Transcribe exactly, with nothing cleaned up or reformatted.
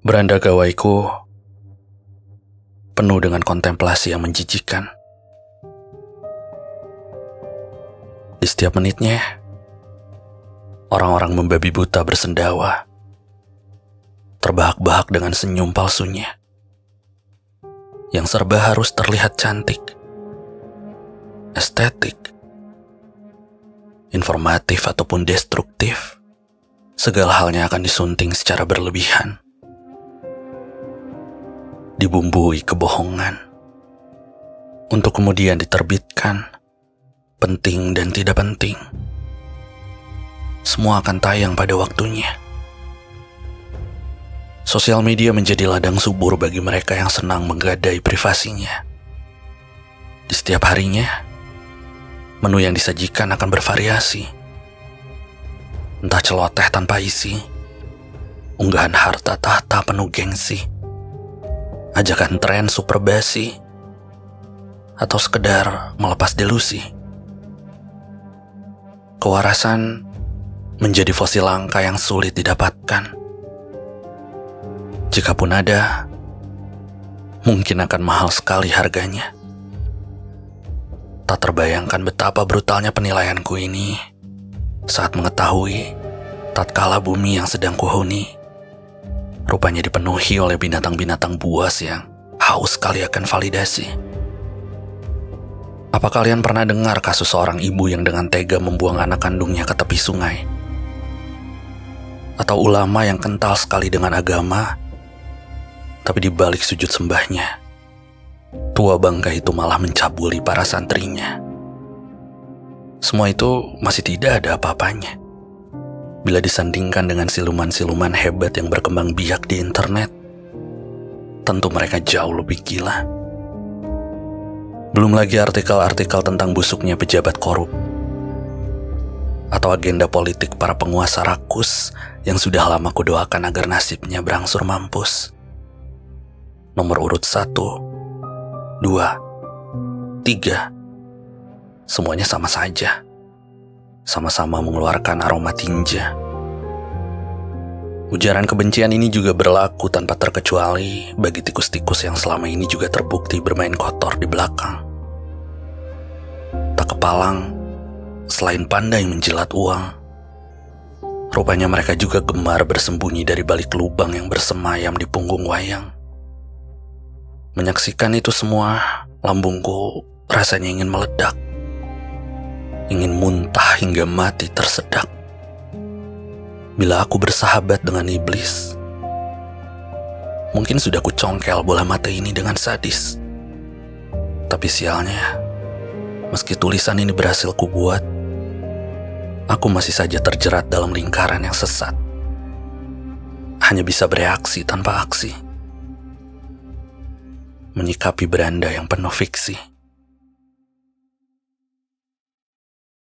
Beranda gawaiku penuh dengan kontemplasi yang menjijikan. Di setiap menitnya, orang-orang membabi buta bersendawa, terbahak-bahak dengan senyum palsunya, yang serba harus terlihat cantik, estetik, informatif ataupun destruktif. Segala halnya akan disunting secara berlebihan, dibumbui kebohongan, untuk kemudian diterbitkan, penting dan tidak penting. Semua akan tayang pada waktunya. Sosial media menjadi ladang subur bagi mereka yang senang menggadai privasinya. Di setiap harinya, menu yang disajikan akan bervariasi. Entah celoteh tanpa isi, unggahan harta tahta penuh gengsi, ajakan tren super basi, atau sekedar melepas delusi. Kewarasan menjadi fosil langka yang sulit didapatkan. Jikapun ada, mungkin akan mahal sekali harganya. Tak terbayangkan betapa brutalnya penilaianku ini saat mengetahui tatkala bumi yang sedang kuhuni rupanya dipenuhi oleh binatang-binatang buas yang haus sekali akan validasi. Apa kalian pernah dengar kasus seorang ibu yang dengan tega membuang anak kandungnya ke tepi sungai? Atau ulama yang kental sekali dengan agama, tapi di balik sujud sembahnya, tua bangka itu malah mencabuli para santrinya? Semua itu masih tidak ada apa-apanya bila disandingkan dengan siluman-siluman hebat yang berkembang biak di internet. Tentu mereka jauh lebih gila. Belum lagi artikel-artikel tentang busuknya pejabat korup, atau agenda politik para penguasa rakus yang sudah lama kudoakan agar nasibnya berangsur mampus. Nomor urut satu, dua, tiga, semuanya sama saja. Sama-sama mengeluarkan aroma tinja. Ujaran kebencian ini juga berlaku tanpa terkecuali bagi tikus-tikus yang selama ini juga terbukti bermain kotor di belakang. Tak kepalang, selain pandai menjilat uang, rupanya mereka juga gemar bersembunyi dari balik lubang yang bersemayam di punggung wayang. Menyaksikan itu semua, lambungku rasanya ingin meledak. Ingin muntah hingga mati tersedak. Bila aku bersahabat dengan iblis, mungkin sudah kucongkel bola mata ini dengan sadis. Tapi sialnya, meski tulisan ini berhasil kubuat, aku masih saja terjerat dalam lingkaran yang sesat. Hanya bisa bereaksi tanpa aksi, menyikapi beranda yang penuh fiksi.